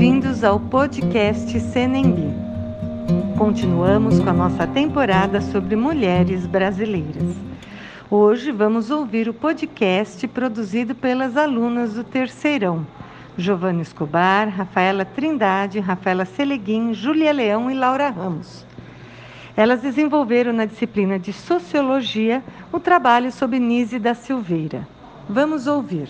Bem-vindos ao podcast Senengue. Continuamos com a nossa temporada sobre mulheres brasileiras. Hoje vamos ouvir o podcast produzido pelas alunas do Terceirão, Giovana Escobar, Rafaela Trindade, Rafaela Seleguin, Júlia Leão e Laura Ramos. Elas desenvolveram na disciplina de Sociologia o trabalho sobre Nise da Silveira. Vamos ouvir.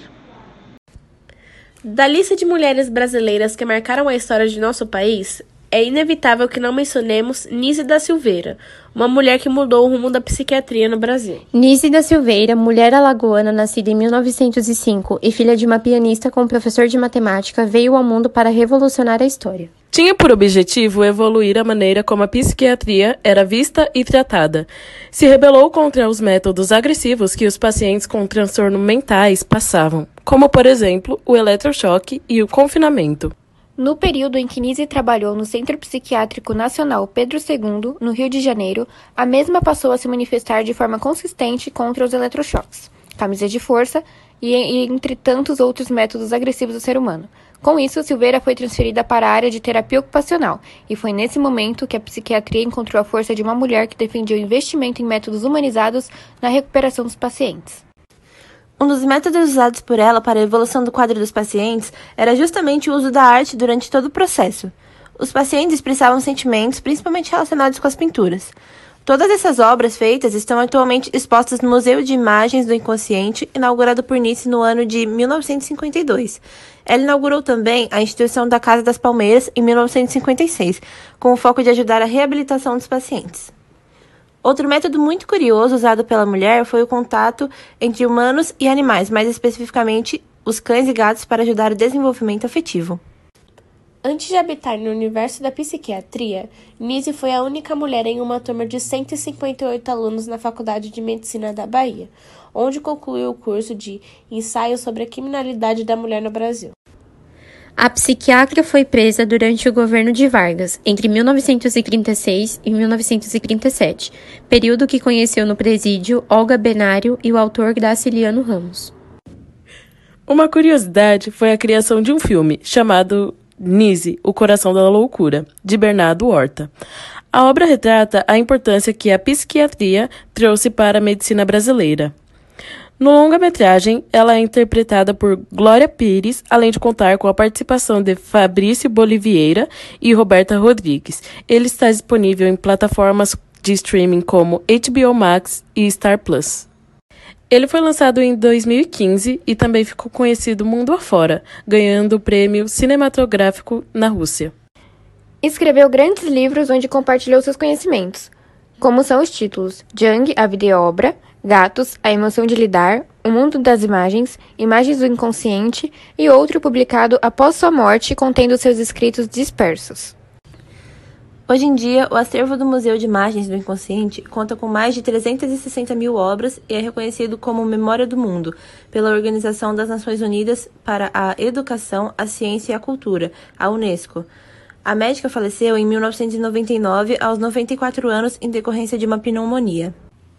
Da lista de mulheres brasileiras que marcaram a história de nosso país, é inevitável que não mencionemos Nise da Silveira, uma mulher que mudou o rumo da psiquiatria no Brasil. Nise da Silveira, mulher alagoana nascida em 1905 e filha de uma pianista com um professor de matemática, veio ao mundo para revolucionar a história. Tinha por objetivo evoluir a maneira como a psiquiatria era vista e tratada. Se rebelou contra os métodos agressivos que os pacientes com transtornos mentais passavam, como, por exemplo, o eletrochoque e o confinamento. No período em que Nise trabalhou no Centro Psiquiátrico Nacional Pedro II, no Rio de Janeiro, a mesma passou a se manifestar de forma consistente contra os eletrochoques, camisas de força e entre tantos outros métodos agressivos do ser humano. Com isso, Silveira foi transferida para a área de terapia ocupacional, e foi nesse momento que a psiquiatria encontrou a força de uma mulher que defendia o investimento em métodos humanizados na recuperação dos pacientes. Um dos métodos usados por ela para a evolução do quadro dos pacientes era justamente o uso da arte durante todo o processo. Os pacientes expressavam sentimentos, principalmente relacionados com as pinturas. Todas essas obras feitas estão atualmente expostas no Museu de Imagens do Inconsciente, inaugurado por Nise no ano de 1952. Ela inaugurou também a instituição da Casa das Palmeiras em 1956, com o foco de ajudar a reabilitação dos pacientes. Outro método muito curioso usado pela mulher foi o contato entre humanos e animais, mais especificamente os cães e gatos, para ajudar o desenvolvimento afetivo. Antes de habitar no universo da psiquiatria, Nise foi a única mulher em uma turma de 158 alunos na Faculdade de Medicina da Bahia, onde concluiu o curso de Ensaio sobre a Criminalidade da Mulher no Brasil. A psiquiatra foi presa durante o governo de Vargas, entre 1936 e 1937, período que conheceu no presídio Olga Benário e o autor Graciliano Ramos. Uma curiosidade foi a criação de um filme chamado Nise, O Coração da Loucura, de Bernardo Horta. A obra retrata a importância que a psiquiatria trouxe para a medicina brasileira. No longa-metragem, ela é interpretada por Glória Pires, além de contar com a participação de Fabrício Boliveira e Roberta Rodrigues. Ele está disponível em plataformas de streaming como HBO Max e Star Plus. Ele foi lançado em 2015 e também ficou conhecido mundo afora, ganhando o prêmio cinematográfico na Rússia. Escreveu grandes livros onde compartilhou seus conhecimentos, como são os títulos Jung, A Vida e a Obra, Gatos, A Emoção de Lidar, O Mundo das Imagens, Imagens do Inconsciente e outro publicado após sua morte, contendo seus escritos dispersos. Hoje em dia, o acervo do Museu de Imagens do Inconsciente conta com mais de 360 mil obras e é reconhecido como Memória do Mundo pela Organização das Nações Unidas para a Educação, a Ciência e a Cultura, a Unesco. A médica faleceu em 1999, aos 94 anos, em decorrência de uma pneumonia.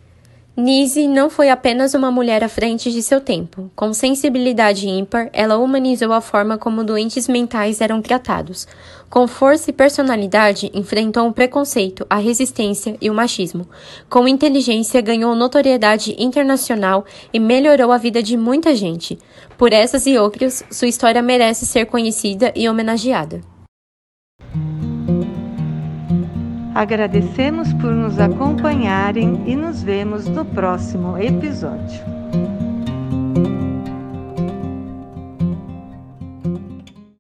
Nise não foi apenas uma mulher à frente de seu tempo. Com sensibilidade ímpar, ela humanizou a forma como doentes mentais eram tratados. Com força e personalidade, enfrentou o preconceito, a resistência e o machismo. Com inteligência, ganhou notoriedade internacional e melhorou a vida de muita gente. Por essas e outras, sua história merece ser conhecida e homenageada. Agradecemos por nos acompanharem e nos vemos no próximo episódio.